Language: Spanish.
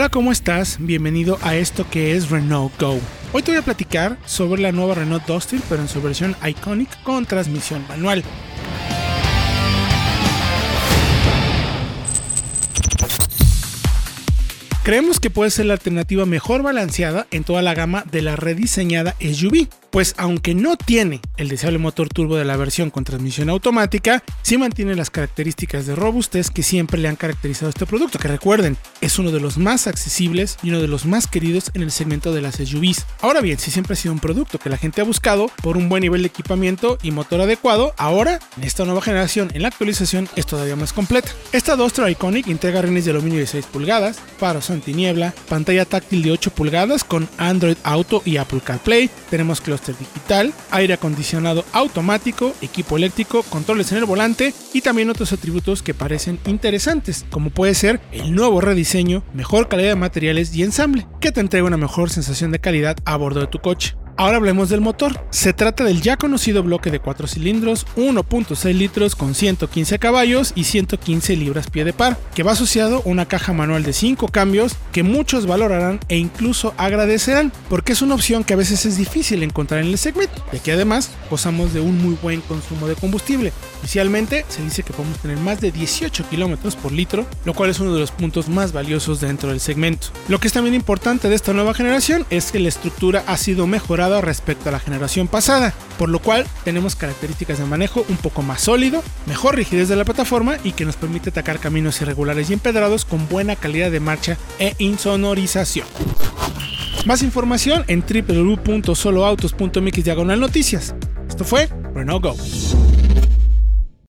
Hola, ¿cómo estás? Bienvenido a esto que es Renault Go. Hoy te voy a platicar sobre la nueva Renault Duster, pero en su versión Iconic con transmisión manual. Creemos que puede ser la alternativa mejor balanceada en toda la gama de la rediseñada SUV, pues aunque no tiene el deseable motor turbo de la versión con transmisión automática, sí mantiene las características de robustez que siempre le han caracterizado a este producto, que recuerden, es uno de los más accesibles y uno de los más queridos en el segmento de las SUVs. Ahora bien, si siempre ha sido un producto que la gente ha buscado por un buen nivel de equipamiento y motor adecuado, ahora, en esta nueva generación, en la actualización, es todavía más completa. Esta Duster Iconic integra rines de aluminio de 6 pulgadas, faros antiniebla, pantalla táctil de 8 pulgadas con Android Auto y Apple CarPlay, tenemos clúster digital, aire acondicionado automático, equipo eléctrico, controles en el volante y también otros atributos que parecen interesantes, como puede ser el nuevo rediseño, mejor calidad de materiales y ensamble, que te entrega una mejor sensación de calidad a bordo de tu coche. Ahora hablemos del motor. Se trata del ya conocido bloque de 4 cilindros, 1.6 litros con 115 caballos y 115 libras-pie de par, que va asociado a una caja manual de 5 cambios que muchos valorarán e incluso agradecerán, porque es una opción que a veces es difícil encontrar en el segmento, ya que además gozamos de un muy buen consumo de combustible. Oficialmente se dice que podemos tener más de 18 kilómetros por litro, lo cual es uno de los puntos más valiosos dentro del segmento. Lo que es también importante de esta nueva generación es que la estructura ha sido mejorada respecto a la generación pasada, por lo cual tenemos características de manejo un poco más sólido, mejor rigidez de la plataforma y que nos permite atacar caminos irregulares y empedrados con buena calidad de marcha e insonorización. Más información en www.soloautos.mx/noticias. Esto fue Renault Go.